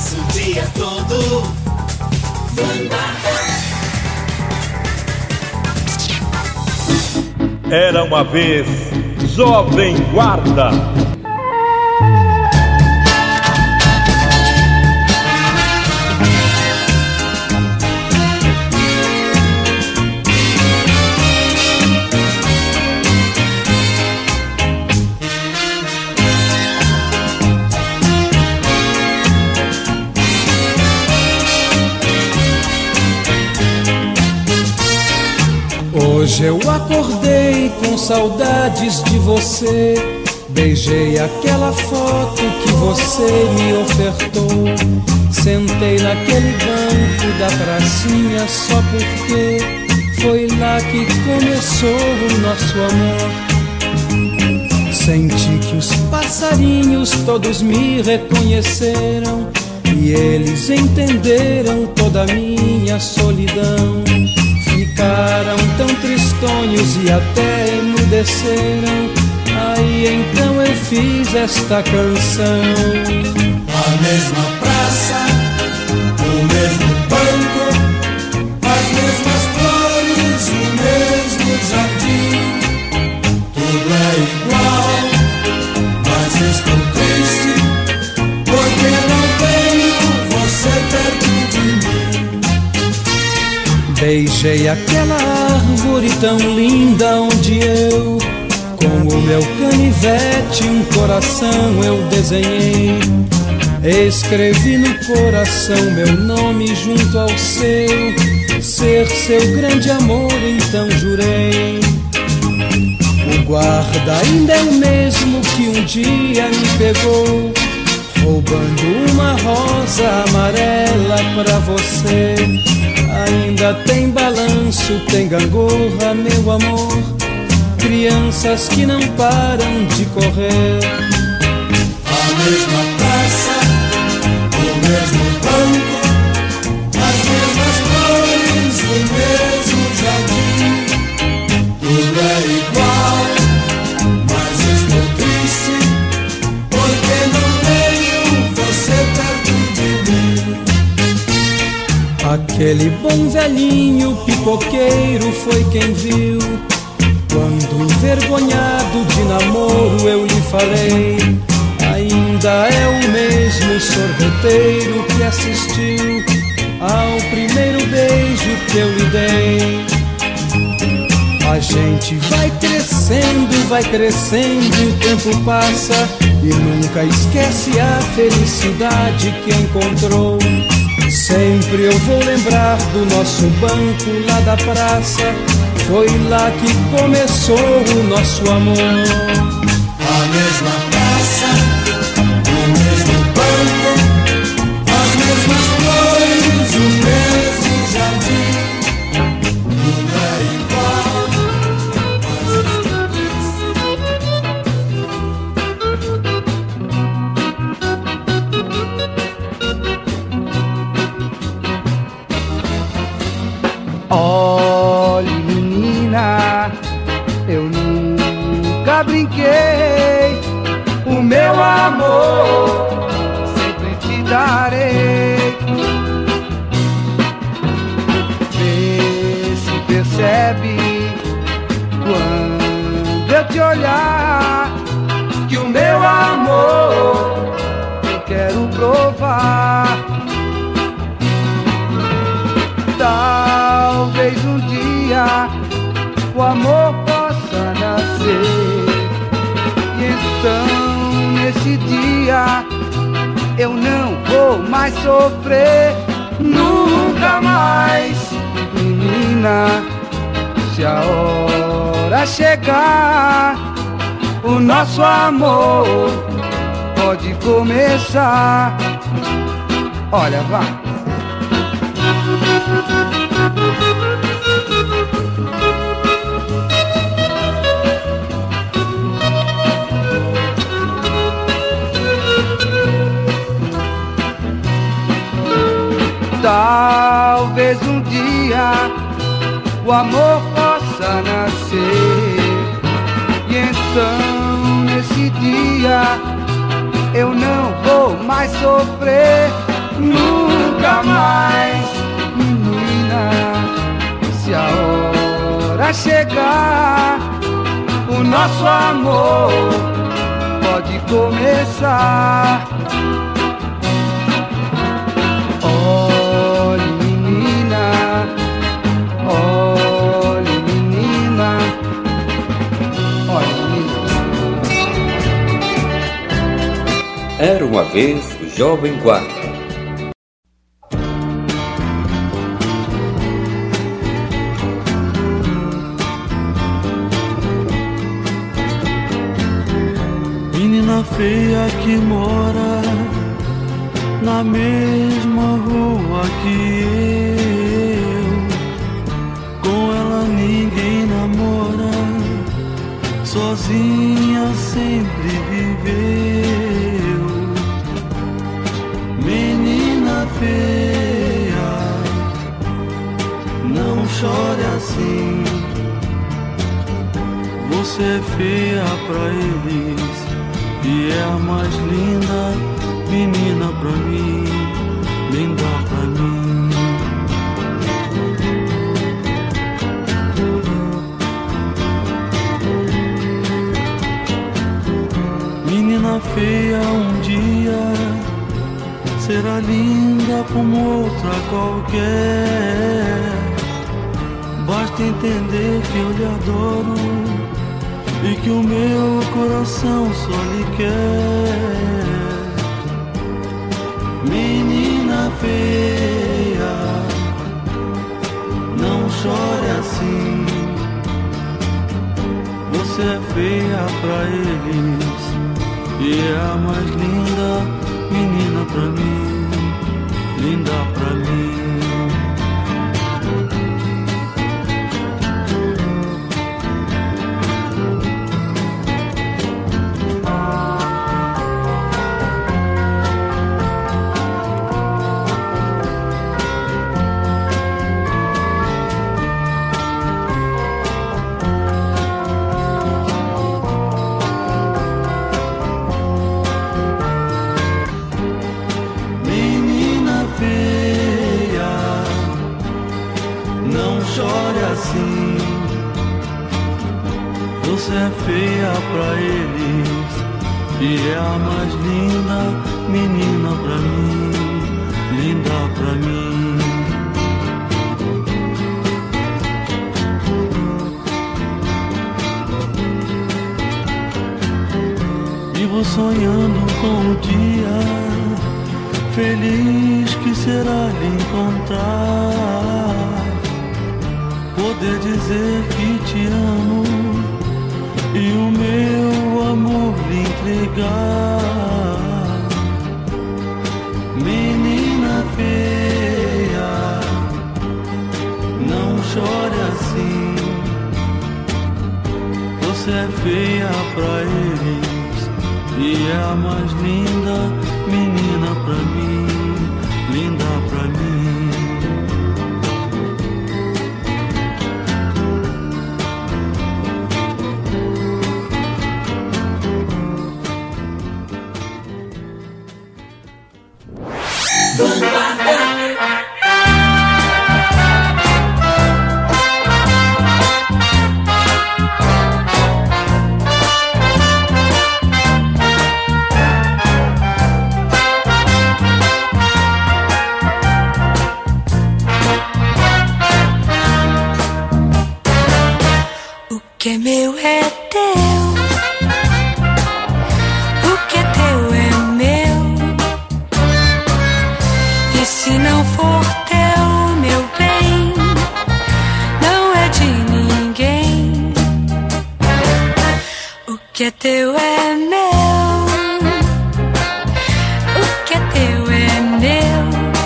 passa o dia todo. Era uma vez Jovem Guarda. Hoje eu acordei com saudades de você. Beijei aquela foto que você me ofertou. Sentei naquele banco da pracinha só porque foi lá que começou o nosso amor. Senti que os passarinhos todos me reconheceram e eles entenderam toda a minha solidão. Ficaram tão tristonhos e até emudeceram. Aí então eu fiz esta canção. A mesma praça, o mesmo banco, as mesmas flores, o mesmo jardim. Tudo é igual, mas estou triste porque não tenho você perto de mim. Beijei aquela árvore tão linda onde eu, com o meu canivete, um coração eu desenhei. Escrevi no coração meu nome junto ao seu, ser seu grande amor, então jurei. O guarda ainda é o mesmo que um dia me pegou, roubando uma rosa amarela pra você. Ainda tem balanço, tem gangorra, meu amor, crianças que não param de correr. A mesma praça, o mesmo banco, as mesmas flores, o mesmo jardim. Tudo é igual, mas estou triste porque não tenho você perto de mim. Aquele bom velhinho pipoqueiro foi quem viu, quando envergonhado de namoro eu lhe falei. Ainda é o mesmo sorveteiro que assistiu ao primeiro beijo que eu lhe dei. A gente vai crescendo, o tempo passa e nunca esquece a felicidade que encontrou. Sempre eu vou lembrar do nosso banco lá da praça, foi lá que começou o nosso amor. A mesma praça, o mesmo banco, as mesmas flores, o mesmo jardim. Tudo é igual, mas estou triste. Olhe, menina, eu nunca brinquei. O meu amor sempre te darei. Vê se percebe quando eu te olhar que o meu amor eu quero provar. Talvez um dia o amor possa nascer, e então nesse dia eu não vou mais sofrer, nunca mais. Menina, se a hora chegar, o nosso amor pode começar. Olha, vai. Talvez um dia o amor possa nascer, e então nesse dia eu não vou mais sofrer, nunca mais, menina. Se a hora chegar, o nosso amor pode começar. Olhe, menina, olhe, menina, olhe, menina. Era uma vez o Jovem Guarda. Menina feia que mora na mesma rua que eu, com ela ninguém namora, sozinha sempre viveu. Menina feia, não chore assim, você é feia pra eles e é a mais linda menina pra mim, linda pra mim. Menina feia um dia será linda como outra qualquer. Basta entender que eu lhe adoro e que o meu coração só lhe quer. Menina feia, não chore assim, você é feia pra eles e é a mais linda menina pra mim, linda pra mim. Você é feia pra eles e é a mais linda menina pra mim, linda pra mim. Vivo sonhando com o dia feliz que será lhe encontrar, poder dizer que te amo e o meu amor lhe entregar. Menina feia, não chore assim, você é feia pra eles e é a mais linda menina pra mim, linda pra mim. O que é meu é teu, o que é teu é meu. E se não for teu, meu bem, não é de ninguém. O que é teu é meu, o que é teu é meu.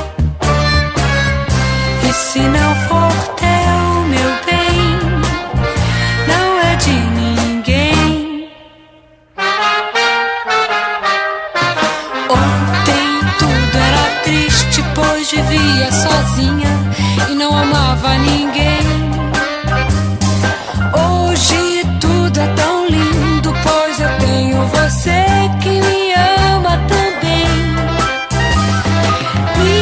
E se não for teu, meu bem, não é de ninguém. Ontem tudo era triste, pois vivia sozinha e não amava ninguém. Hoje tudo é tão lindo, pois eu tenho você que me ama também.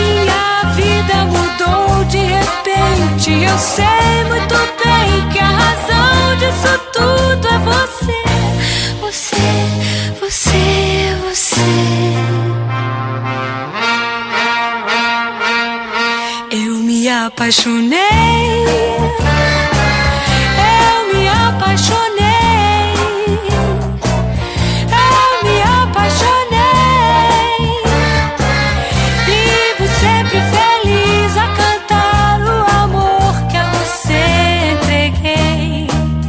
apaixonei, eu me apaixonei, eu me apaixonei. Vivo sempre feliz a cantar o amor que a você entreguei.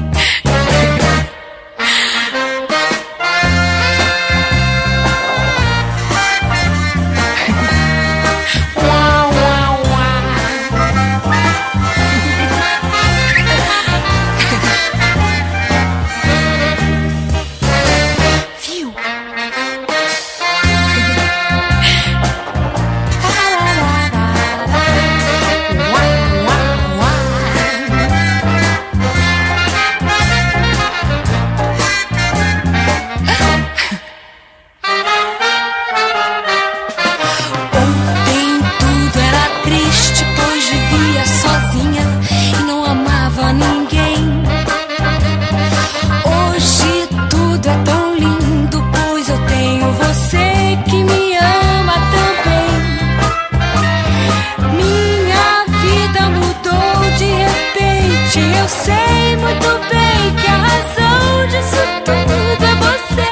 Eu sei muito bem que a razão disso tudo é você.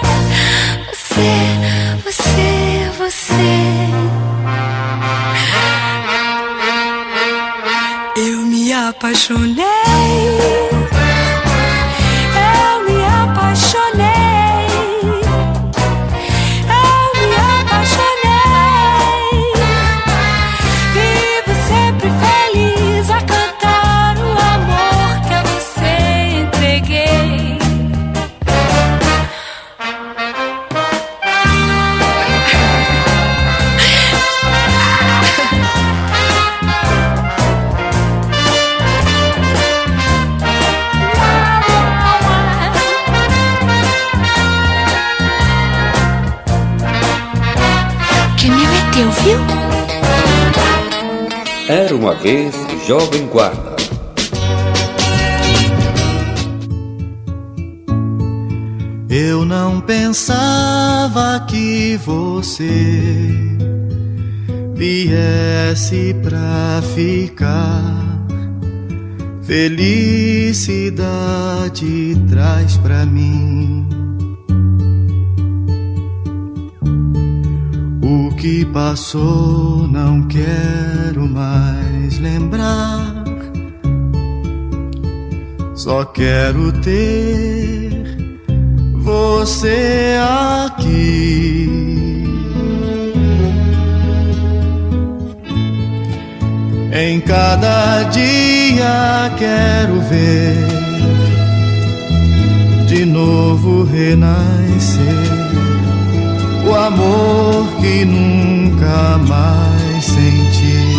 Eu me apaixonei, eu me apaixonei, eu me apaixonei. Vivo sempre feliz a cantar o amor que a você entreguei. Que me meteu, viu? Era uma vez Jovem Guarda. Eu não pensava que você viesse pra ficar. Felicidade traz pra mim o que passou, não quero mais lembrar. Só quero ter você aqui. Em cada dia quero ver de novo renascer o amor que nunca mais senti.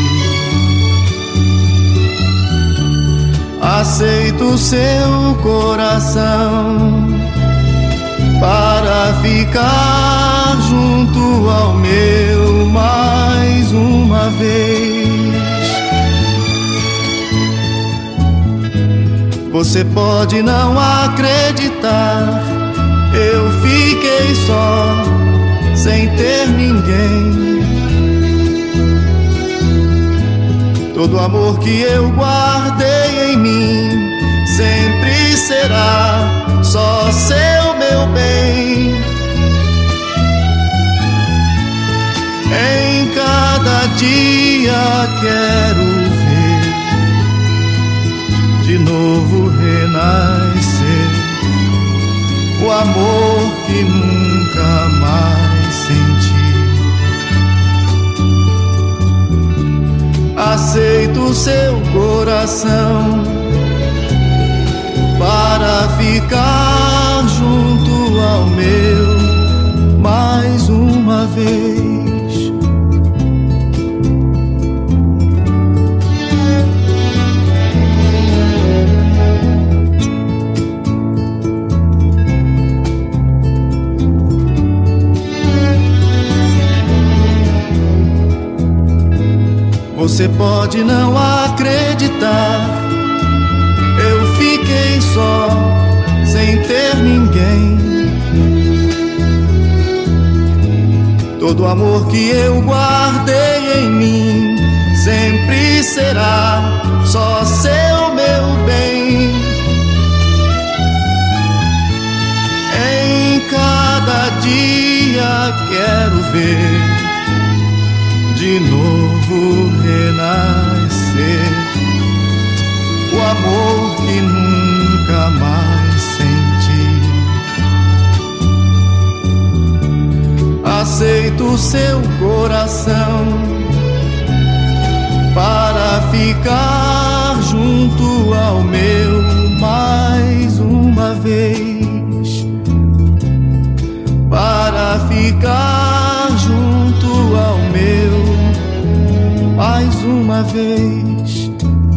Aceito seu coração para ficar junto ao meu mais uma vez. Você pode não acreditar, eu fiquei só, sem ter ninguém. Todo amor que eu guardei em mim sempre será só seu, meu bem. Em cada dia quero ver de novo renascer o amor que nunca mais senti. Aceito seu coração para ficar junto ao meu mais uma vez. Você pode não acreditar, eu fiquei só, sem ter ninguém. Todo amor que eu guardei em mim sempre será só seu, meu bem. Em cada dia quero ver de novo renascer o amor que nunca mais senti. Aceito seu coração para ficar junto ao meu mais uma vez, para ficar junto ao meu mais uma vez,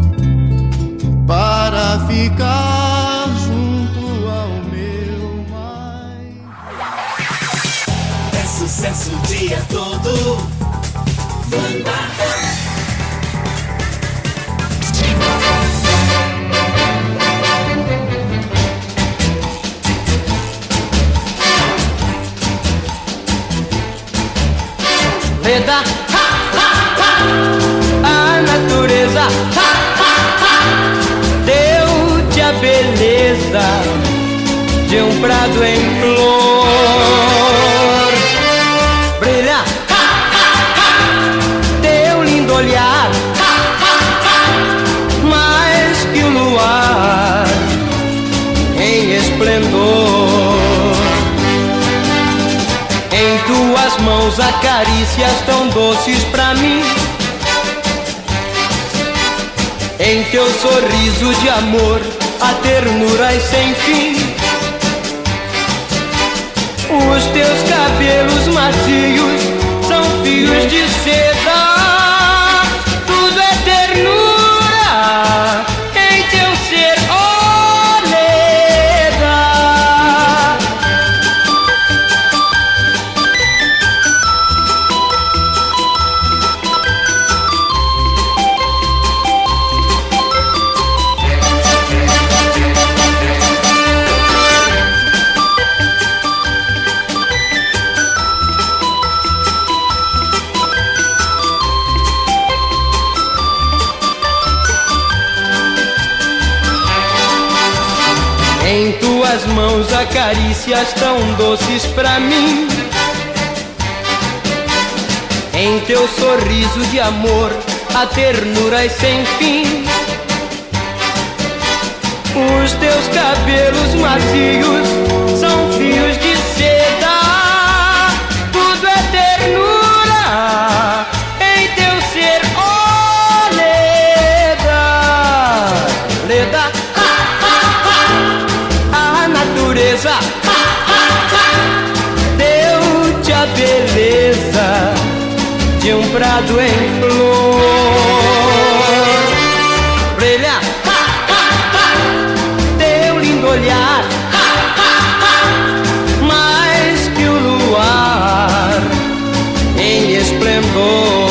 para ficar junto ao meu mais. É sucesso o dia todo. Vanguarda. Leda, ha, ha, ha. A natureza, ha, ha, ha. Deu-te a beleza de um prado em flor. Brilha, ha, ha, ha. Teu lindo olhar, ha, ha, ha. Mais que o luar em esplendor. Em tuas mãos há carícias tão doces pra mim. Em teu sorriso de amor há ternuras sem fim. Os teus cabelos macios são fios de seda. Tudo é ternura em teu ser, oh Leda. Em tuas mãos há carícias tão doces pra mim. Em teu sorriso de amor há ternuras sem fim. Os teus cabelos macios são fios de seda. Tudo é ternura em teu ser, oh Leda. Leda, a natureza, deu-te a beleza de um prado em flor. Brilha, teu lindo olhar, mais que o luar em esplendor.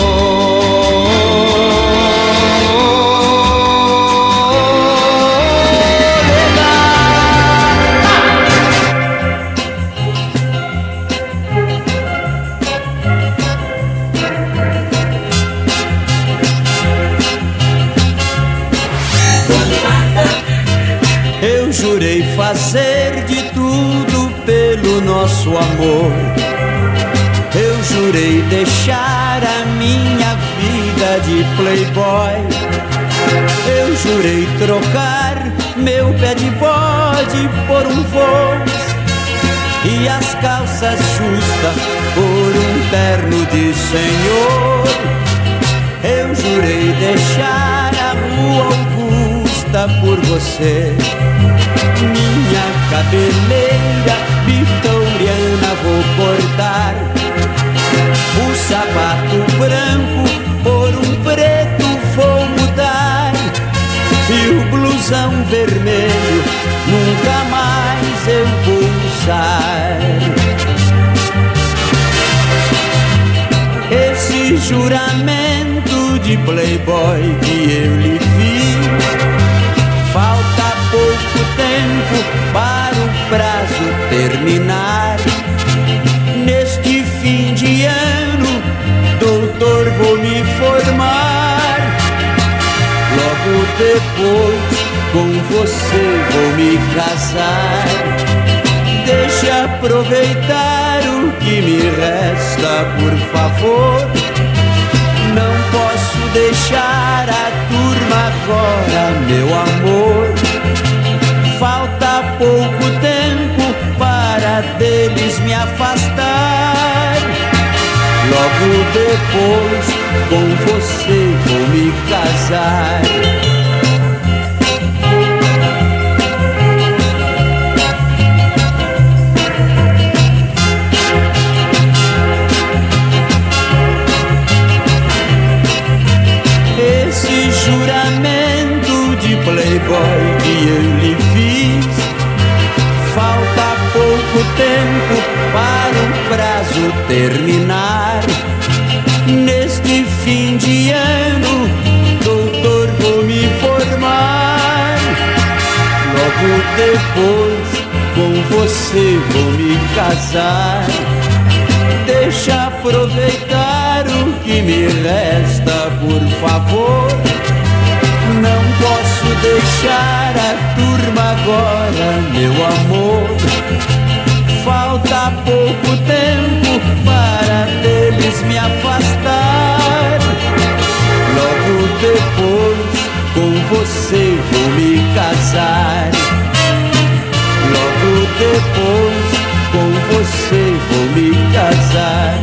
Jurei fazer de tudo pelo nosso amor. Eu jurei deixar a minha vida de playboy. Eu jurei trocar meu pé de bode por um Vans e as calças justas por um terno de senhor. Eu jurei deixar a Rua Augusta por você. Minha cabeleira vitoriana vou cortar, o sapato branco por um preto vou mudar, e o blusão vermelho nunca mais eu vou usar. Esse juramento de playboy que eu lhe fiz, falta pouco tempo para o prazo terminar. Neste fim de ano, doutor, vou me formar. depois com você vou me casar. Deixe aproveitar o que me resta, por favor. Não posso deixar a turma agora, meu amor. Falta pouco tempo para deles me afastar. Logo depois com você vou me casar. Esse juramento de playboy que eu lhe fiz, falta pouco tempo para o prazo terminar. Neste fim de ano, doutor, vou me formar. Logo depois com você vou me casar. Deixa aproveitar o que me resta, por favor. Não posso deixar a turma agora, meu amor. Falta pouco tempo para deles me afastar. Logo depois com você vou me casar. Logo depois com você vou me casar.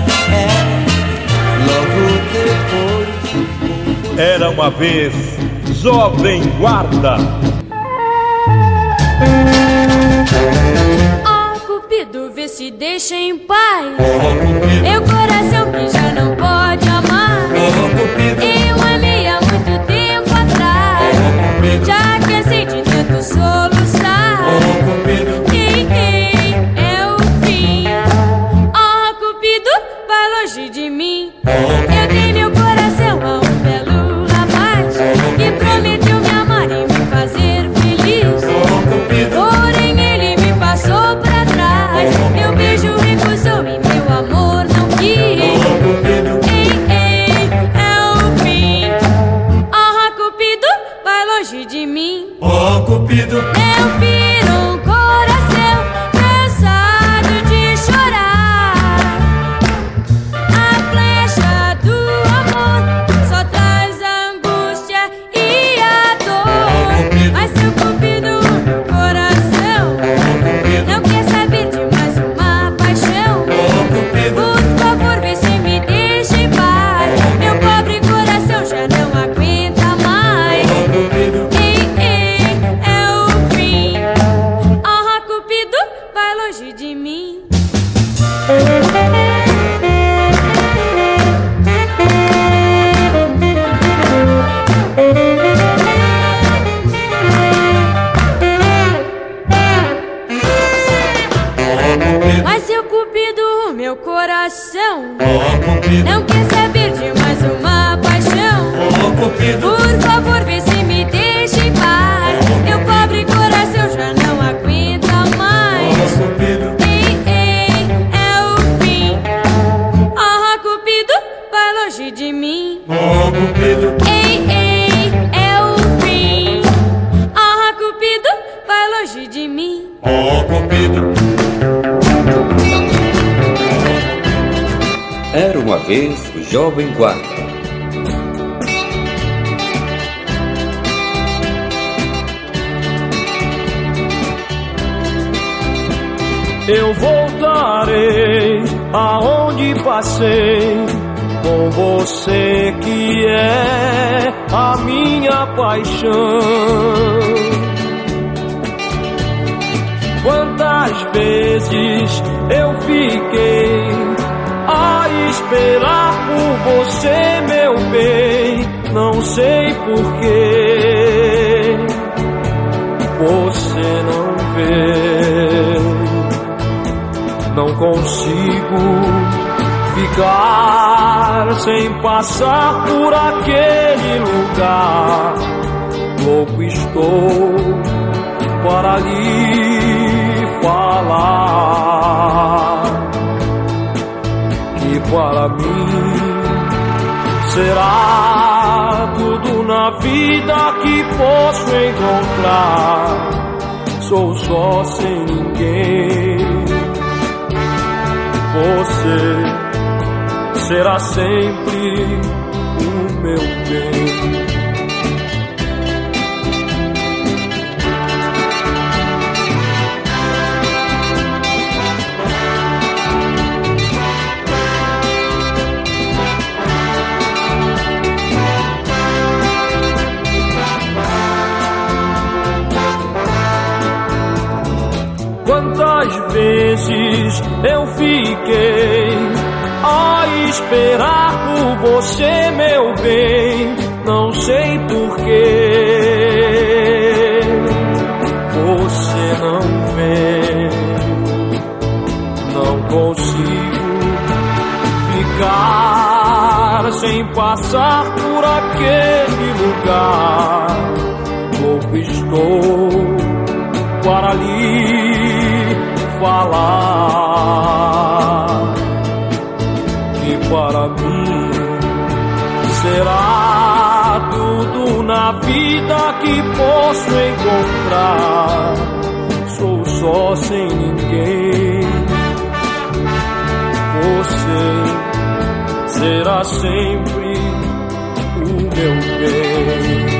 Logo depois. Era uma vez Jovem Guarda. Oh, Cupido, vê se deixa em paz. Meu coração que já não pode amar. Eu amei há muito tempo atrás. Já cansei de tanto soluçar. É o fim. Oh, Cupido, vai longe de mim. Eu dei meu coração a um belo rapaz que prometeu me amar e me fazer feliz. Porém ele me passou pra trás. Meu beijo recusou e meu amor não quis. É o fim. Oh, Cupido, vai longe de mim. Cupido, Eu viro um coração cansado de chorar. A flecha do amor só traz angústia e a dor. Mas seu Cupido, coração, não quer saber de mais uma paixão. Por favor, vê se me deixa em paz. Meu pobre coração já não aguenta mais. É o fim. Oh, Cupido, vai longe de mim. Mas seu Cupido, meu coração, não quer saber de mais uma paixão. Por favor, vê se me deixa em paz. Meu pobre coração já não aguenta mais. É o fim. Oh, Cupido, vai longe de mim. É o fim. Oh, Cupido, vai longe de mim. Era uma vez Jovem Guarda. Eu voltarei aonde passei, com você que é a minha paixão. Quantas vezes eu fiquei a esperar por você, meu bem, não sei porquê você não vê. Não consigo ficar sem passar por aquele lugar. Louco estou para lhe falar que para mim Será tudo na vida que posso encontrar. Sou só sem ninguém. Você será sempre o meu bem. Quantas vezes eu fiquei a esperar por você, meu bem, não sei porquê. Você não vem, não consigo ficar sem passar por aquele lugar. Louco estou para lhe falar que para mim será tudo na vida que posso encontrar. Sou só sem ninguém. Você será sempre o meu bem.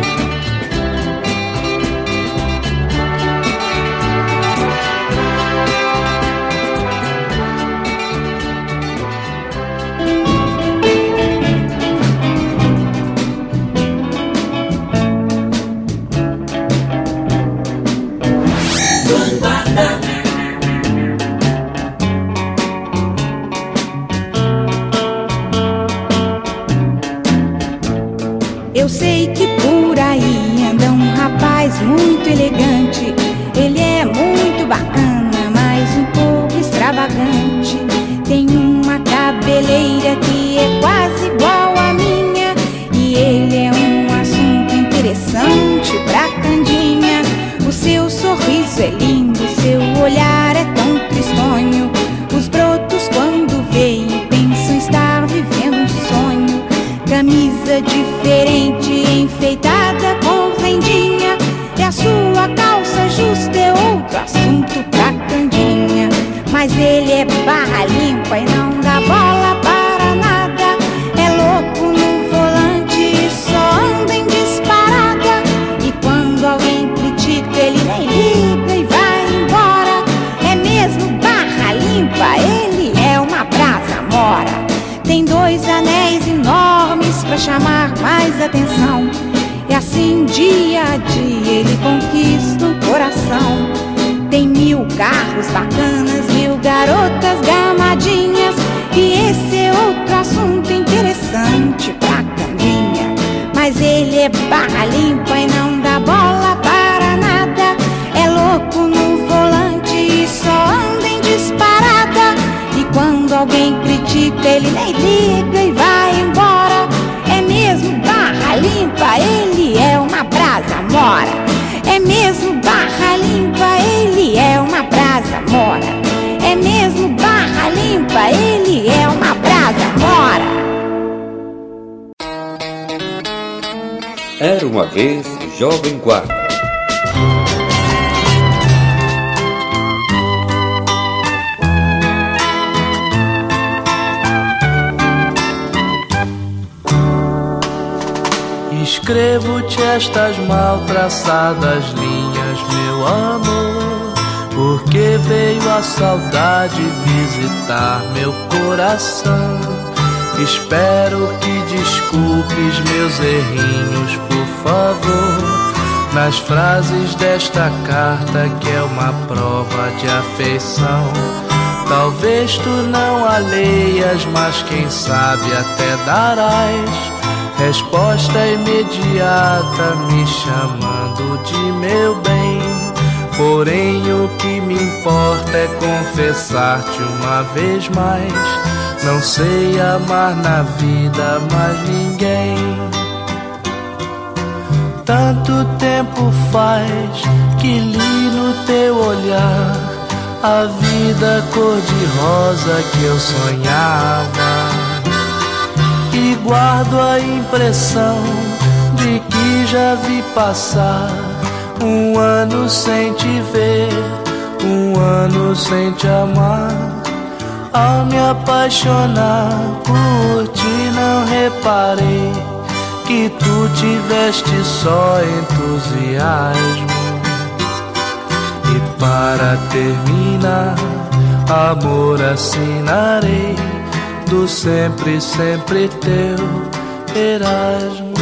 Eu sei que por aí anda um rapaz muito elegante. Ele é muito bacana, mas um pouco extravagante. Tem uma cabeleira que é quase igual à minha, e ele é um assunto interessante pra Candinha. O seu sorriso é lindo, seu olhar é tão tristonho. Os brotos quando veem pensam estar vivendo um sonho. Camisa diferente, enfeitada com rendinha, e a sua calça justa é outro assunto pra Candinha. Mas ele é barra limpa e não dá bola para nada. É louco no volante e só anda em disparada. E quando alguém critica ele nem liga e vai embora. É mesmo barra limpa, ele é uma brasa mora. Tem 2 anéis enormes pra chamar mais atenção, e assim dia a dia ele conquista o coração. Tem 1000 carros bacanas, 1000 garotas gamadinhas, e esse é outro assunto interessante pra Candinha. Mas ele é barra limpa e não dá bola para nada. É louco no volante e só anda em disparada. E quando alguém critica ele nem liga e vai embora. É mesmo barra limpa, ele é uma brasa mora. É mesmo barra limpa, ele é uma brasa mora. É mesmo barra limpa, ele é uma brasa mora. Era uma vez Jovem Guarda. Escrevo-te estas mal traçadas linhas, meu amor, porque veio a saudade visitar meu coração. Espero que desculpes meus errinhos, por favor, nas frases desta carta que é uma prova de afeição. Talvez tu não a leias, mas quem sabe até darás resposta imediata me chamando de meu bem. Porém o que me importa é confessar-te uma vez mais: não sei amar na vida mais ninguém. Tanto tempo faz que li no teu olhar a vida cor-de-rosa que eu sonhava. E guardo a impressão de que já vi passar um ano sem te ver, um ano sem te amar. Ao me apaixonar por ti não reparei que tu tiveste só entusiasmo. E para terminar, amor assinarei do sempre, sempre teu Erasmo.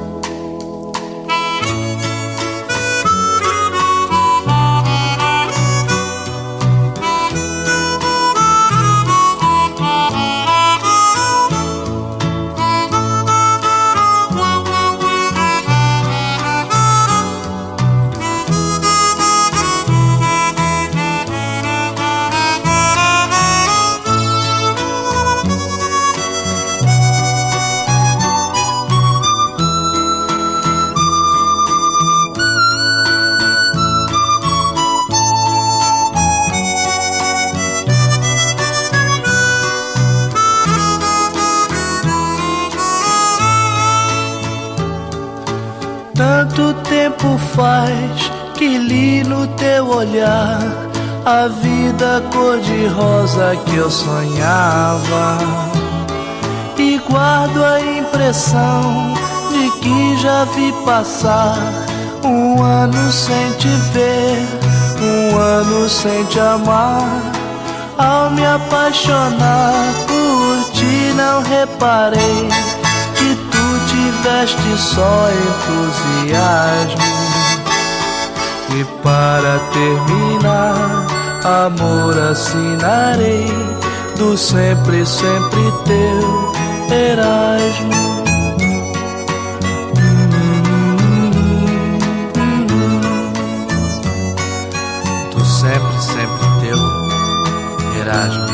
Tanto tempo faz que li no teu olhar a vida cor-de-rosa que eu sonhava, e guardo a impressão de que já vi passar um ano sem te ver, um ano sem te amar. Ao me apaixonar por ti não reparei que tu tiveste só entusiasmo. E para terminar, amor assinarei do sempre, sempre teu Erasmo. Do sempre, sempre teu Erasmo.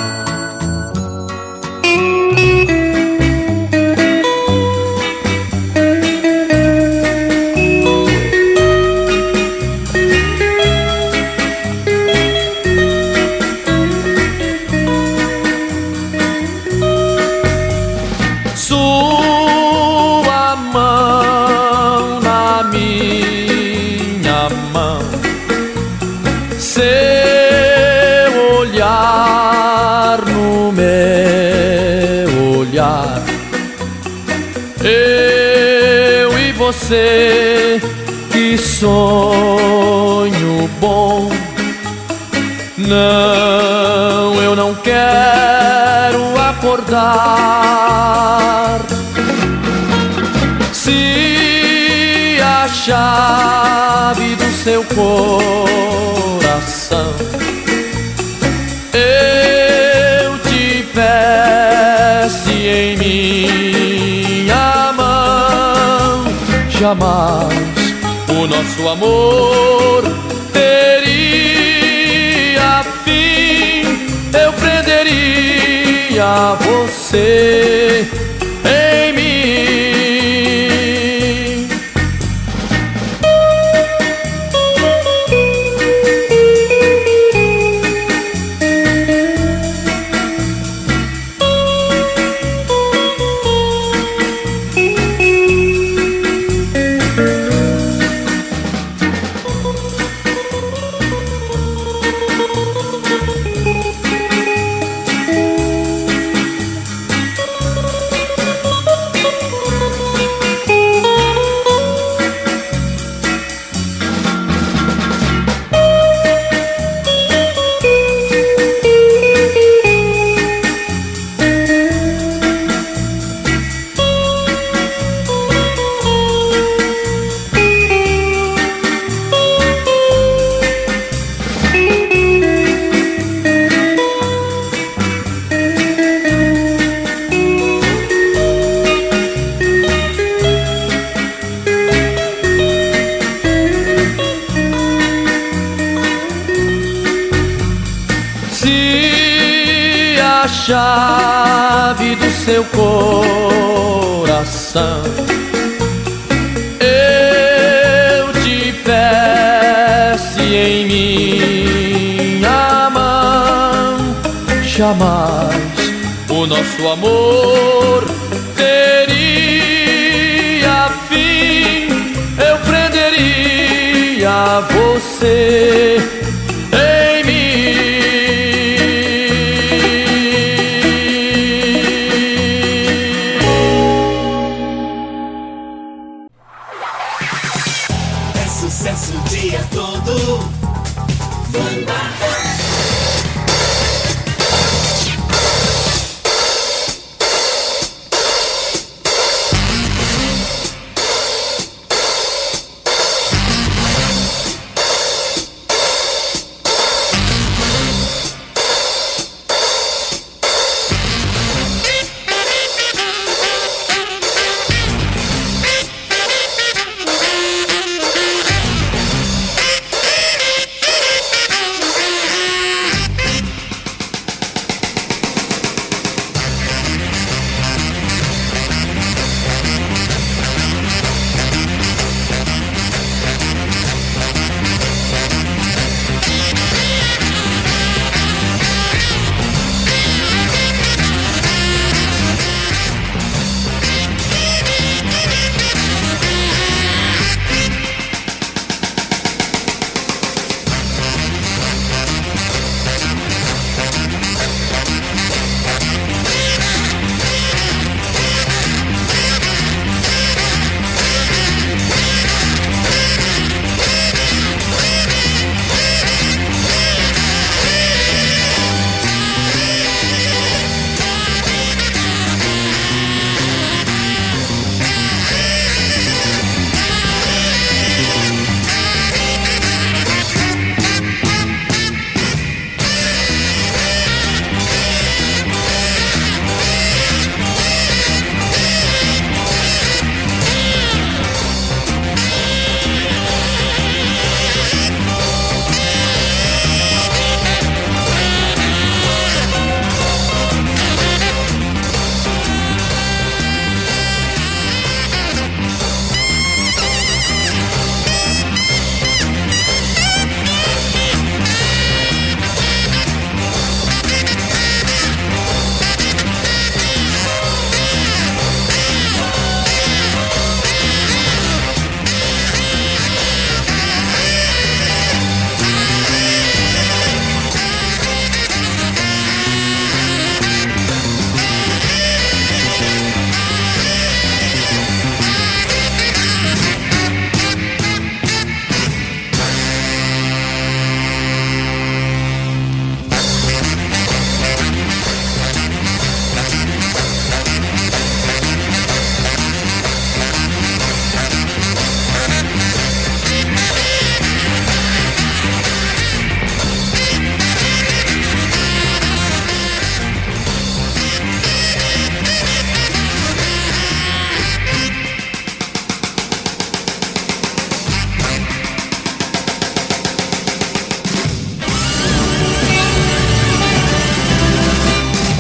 Eu e você, que sonho bom. Não, eu não quero acordar. Se a chave do seu coração eu tivesse em minha mão, jamais o nosso amor teria fim. Eu prenderia você em mim. Se a chave do seu coração eu tivesse em minha mão, jamais o nosso amor teria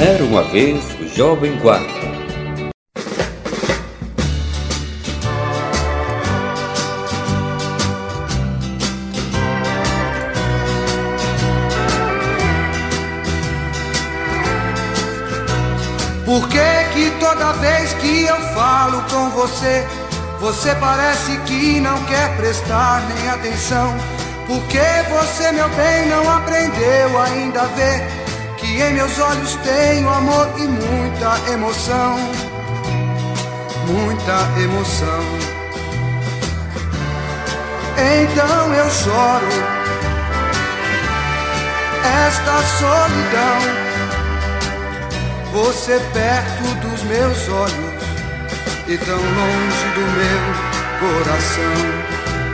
Era uma vez o Jovem Guarda. Por que toda vez que eu falo com você, você parece que não quer prestar nem atenção? Por que você, meu bem, não aprendeu ainda a ver que em meus olhos tenho amor e muita emoção? Muita emoção. Então eu choro esta solidão, você perto dos meus olhos e tão longe do meu coração.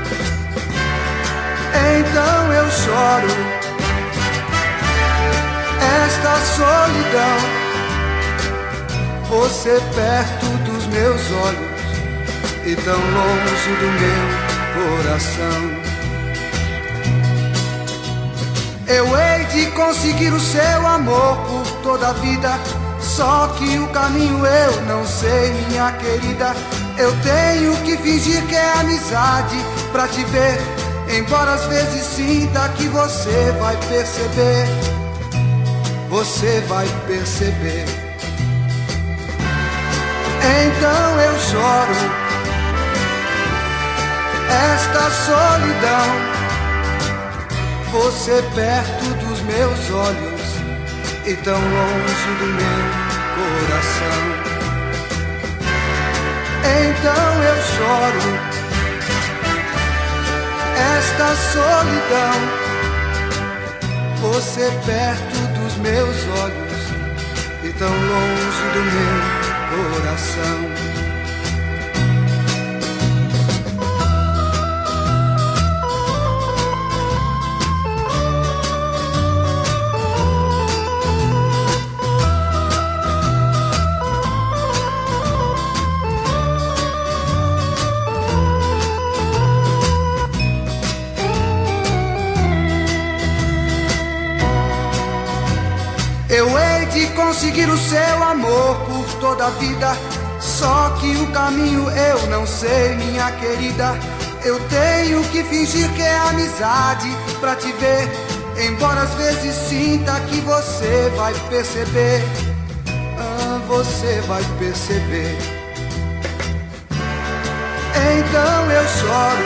Então eu choro esta solidão, você perto dos meus olhos e tão longe do meu coração. Eu hei de conseguir o seu amor por toda a vida, só que o caminho eu não sei, minha querida. Eu tenho que fingir que é amizade pra te ver, embora às vezes sinta que você vai perceber. Você vai perceber. Então eu choro esta solidão, você perto dos meus olhos e tão longe do meu coração. Então eu choro esta solidão, você perto dos meus olhos e tão longe do meu coração. Eu hei de conseguir o seu amor por toda a vida, só que o caminho eu não sei, minha querida. Eu tenho que fingir que é amizade pra te ver, embora às vezes sinta que você vai perceber. Você vai perceber. Então eu choro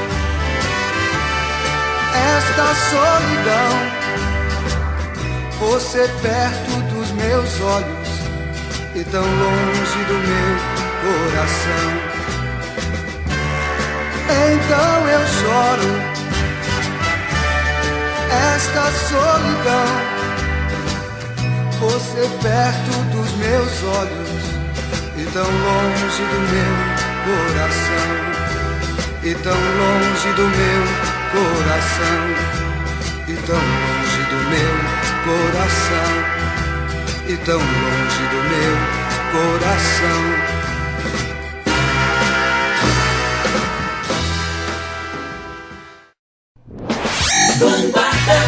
esta solidão, você perto dos meus olhos e tão longe do meu coração. Então eu choro esta solidão, você perto dos meus olhos e tão longe do meu coração. E tão longe do meu coração. E tão longe do meu coração, e tão longe do meu coração. Vanguarda.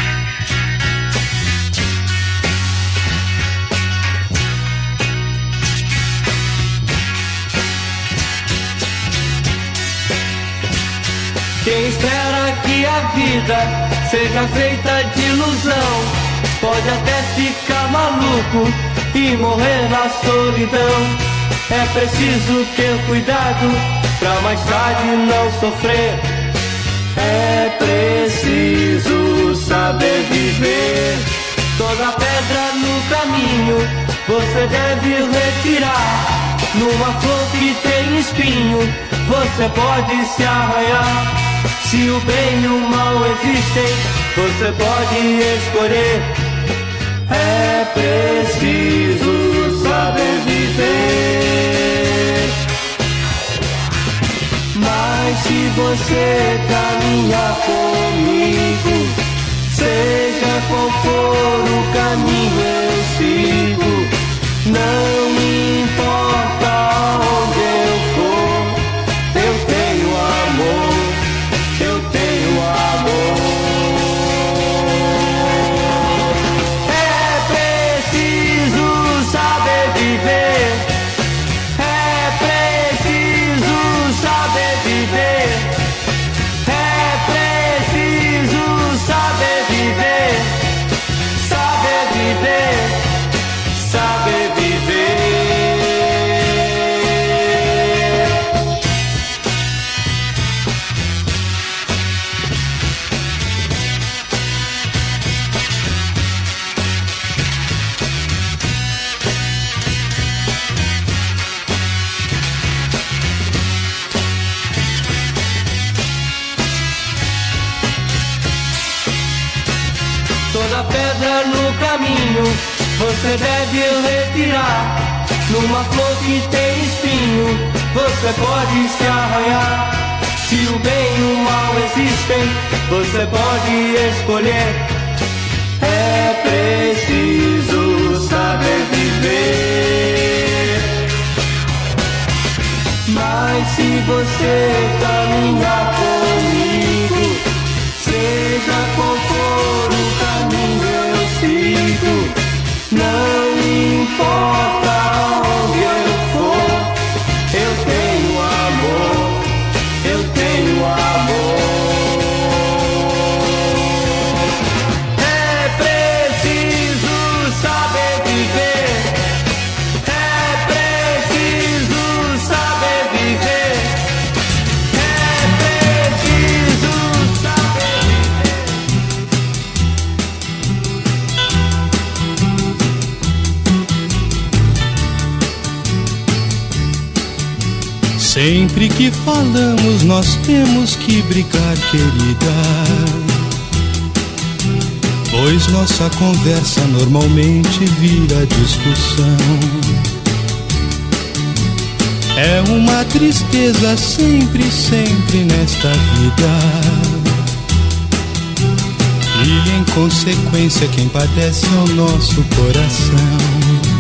Quem espera que a vida seja feita de ilusão, pode até ficar maluco e morrer na solidão. É preciso ter cuidado pra mais tarde não sofrer. É preciso saber viver. Toda pedra no caminho você deve retirar. Numa flor que tem espinho você pode se arranhar. Se o bem e o mal existem, você pode escolher. É preciso saber viver. Mas se você caminhar comigo, seja qual for o caminho eu sigo. Não importa onde eu for, eu tenho amor, eu tenho amor. É preciso pedra no caminho você deve retirar. Numa flor que tem espinho você pode se arranhar. Se o bem e o mal existem, você pode escolher. É preciso saber viver. Mas se você caminhar comigo, seja qual for o caminho eu sigo. Não importa onde eu for, eu tenho amor, eu tenho amor. É preciso saber viver. É preciso saber viver. É preciso saber viver. Sempre que falamos nós temos que brigar, querida, pois nossa conversa normalmente vira discussão. É uma tristeza sempre, sempre nesta vida, e em consequência quem padece é o nosso coração.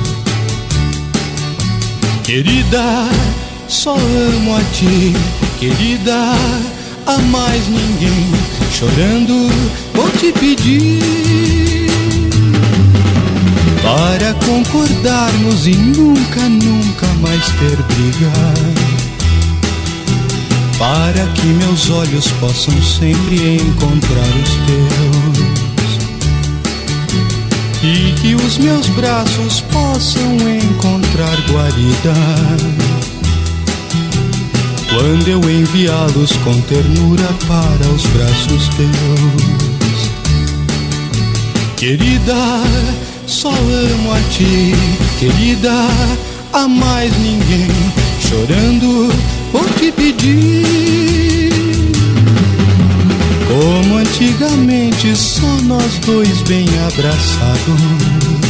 Querida, só amo a ti, querida, a mais ninguém. Chorando vou te pedir para concordarmos e nunca, nunca mais ter briga, para que meus olhos possam sempre encontrar os teus e que os meus braços possam encontrar guarida quando eu enviá-los com ternura para os braços teus. Querida, só amo a ti, querida, a mais ninguém. Chorando vou te pedir, como antigamente só nós dois bem abraçados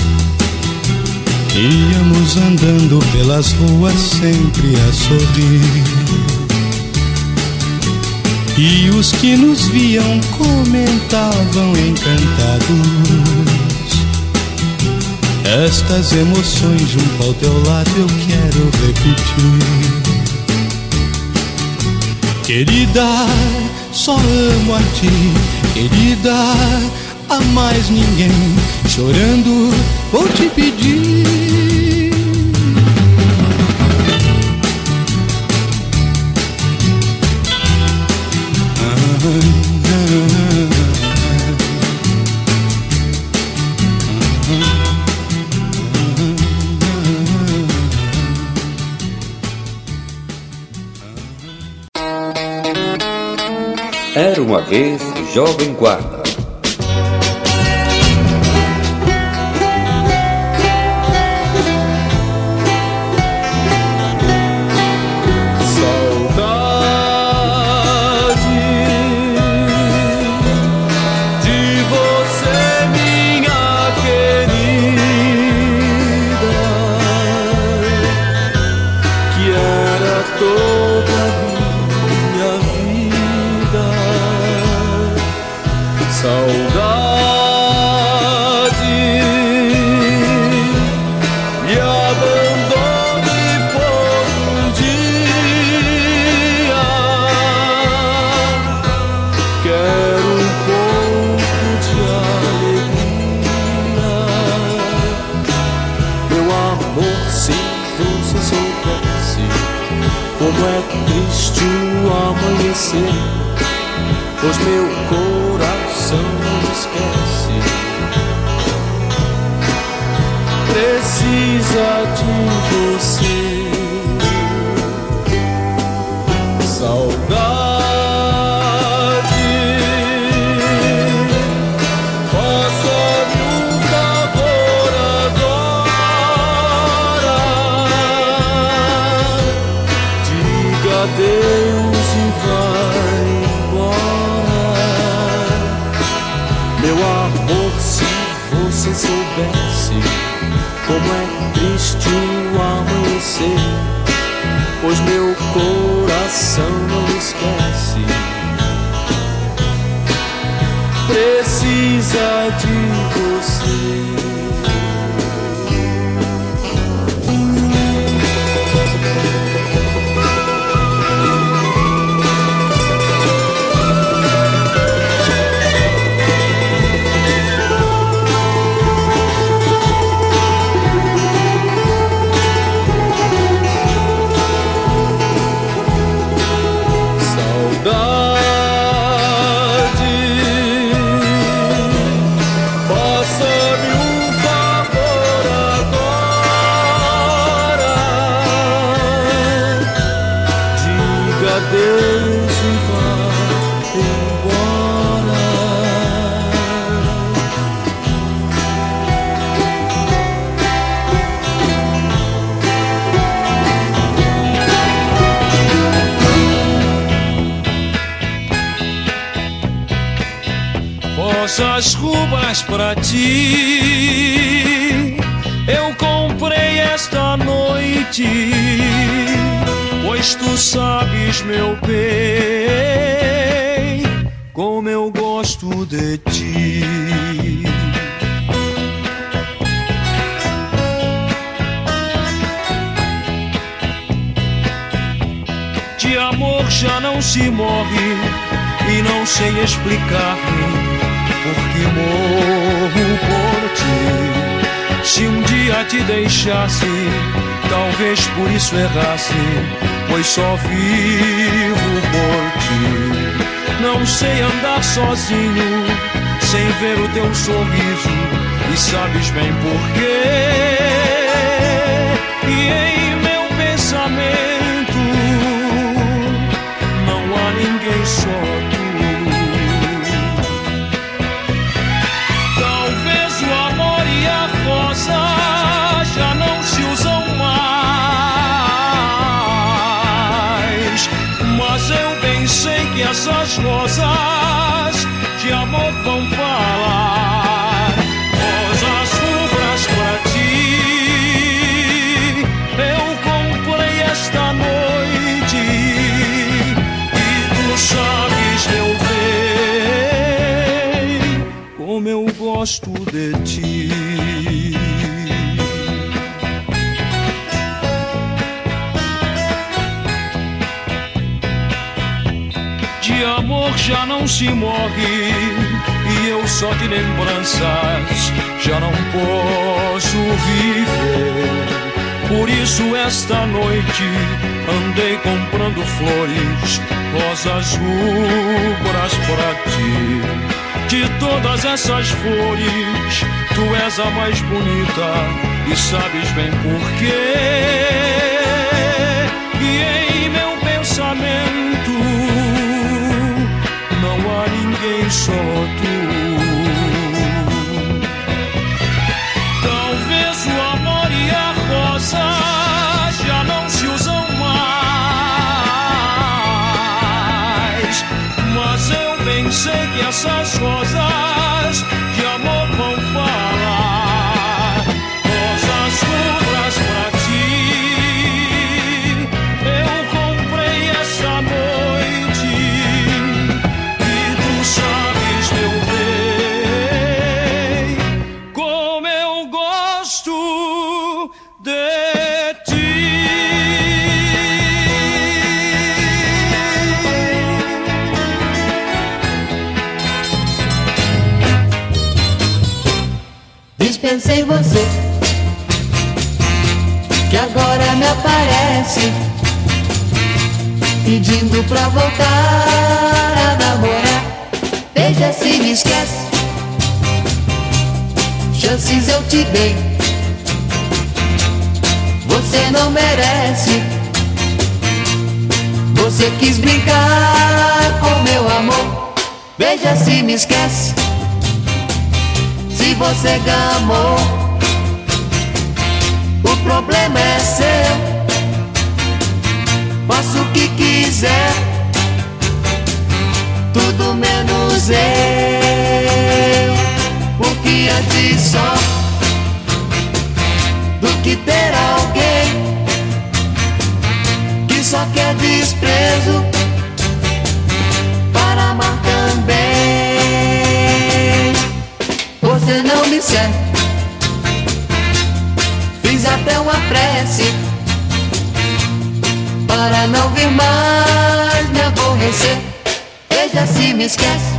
íamos andando pelas ruas sempre a sorrir, e os que nos viam comentavam encantados: estas emoções junto ao teu lado eu quero repetir. Querida, só amo a ti, querida, a mais ninguém. Chorando vou te pedir. Era uma vez Jovem Guarda. Pois meu coração não esquece, precisa de você. Saudade, faça-me um favor agora, diga adeus e vai embora. Meu amor, se como é triste o amanhecer, pois meu coração não esquece. Precisa de você. Rosas rubras pra ti eu comprei esta noite, pois tu sabes, meu bem, como eu gosto de ti. De amor já não se morre e não sei explicar-me porque morro por ti. Se um dia te deixasse, talvez por isso errasse, pois só vivo por ti. Não sei andar sozinho, sem ver o teu sorriso, e sabes bem porquê. E em meu pensamento não há ninguém só tu. Já não se usam mais, mas eu bem sei que essas rosas de amor vão falar. Rosas rubras pra ti eu comprei esta noite, e tu sabes, meu bem, como eu gosto de ti. De amor já não se morre, e eu só de lembranças já não posso viver. Por isso esta noite andei comprando flores, rosas rubras pra ti. De todas essas flores, tu és a mais bonita, e sabes bem porquê. E em meu pensamento não há ninguém, só tu. Talvez o amor e a rosa já não se usam mais, mas eu bem sei que essas rosas de amor vão falar. Rosas rubras pra ti eu comprei esta noite, e tu sabes, meu bem, como eu gosto de ti. Dispensei você, que agora me aparece pedindo pra voltar a namorar. Veja se me esquece, chances eu te dei, você não merece. Você quis brincar com meu amor, veja se me esquece. Se você gamou, o problema é seu. Faço o que quiser, tudo menos eu. Porque antes só que ter alguém que só quer desprezo para amar também. Você não me serve, fiz até uma prece para não vir mais me aborrecer. Veja se me esquece.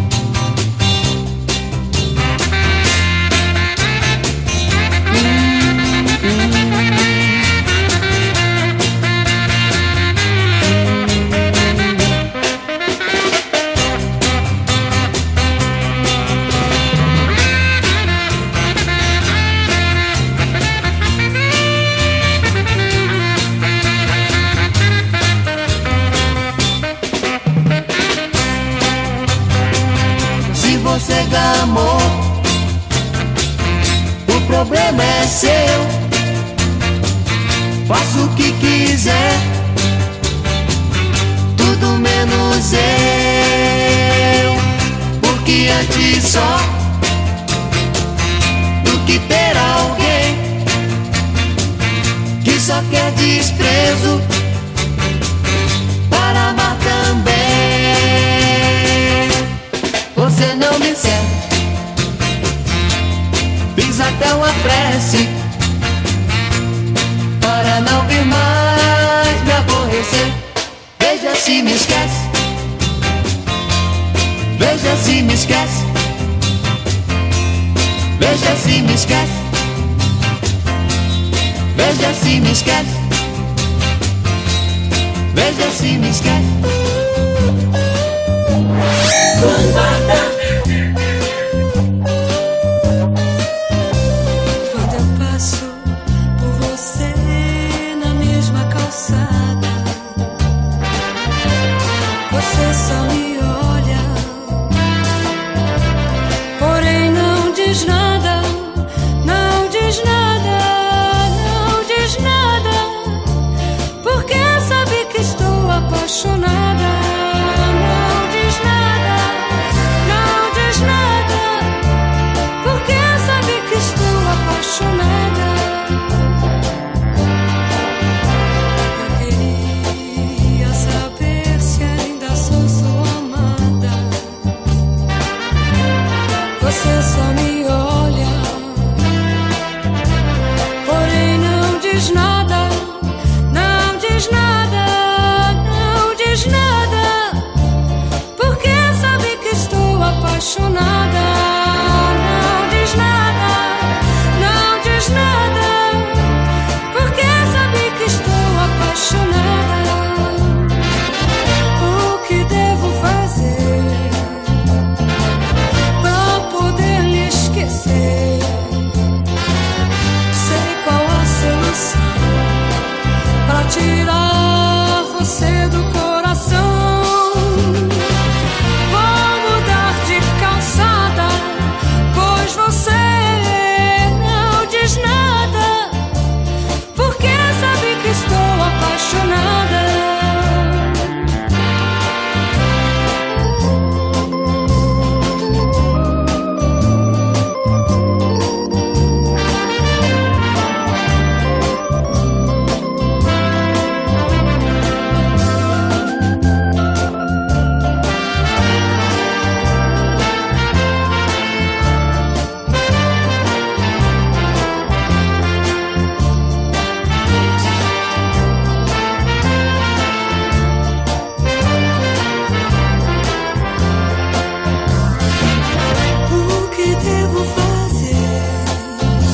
Você amor, o problema é seu. Faça o que quiser, tudo menos eu. Porque antes só do que ter alguém que só quer desprezo para amar também. Você não me serve, fiz até uma prece para não vir mais me aborrecer. Veja se me esquece, veja se me esquece, veja se me esquece, veja se me esquece, veja se me esquece. Quando eu passo por você na mesma calçada, você só me olha, porém não diz nada, não diz nada, não diz nada, porque sabe que estou apaixonada. Eu queria saber se ainda sou sua amada. Você só me olha, porém não diz nada, não diz nada, não diz nada, porque sabe que estou apaixonada. O que devo fazer pra poder lhe esquecer? Sei qual a solução pra tirar você do coração. Vou mudar de calçada, pois você não diz nada, porque sabe que estou apaixonada.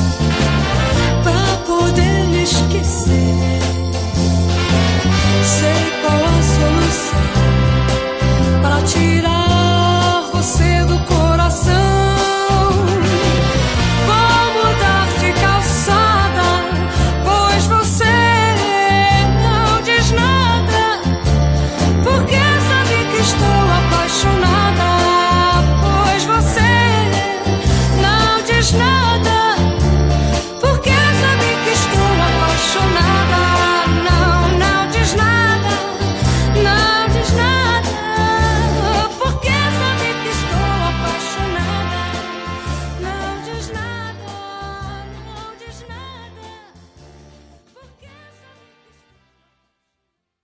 Sei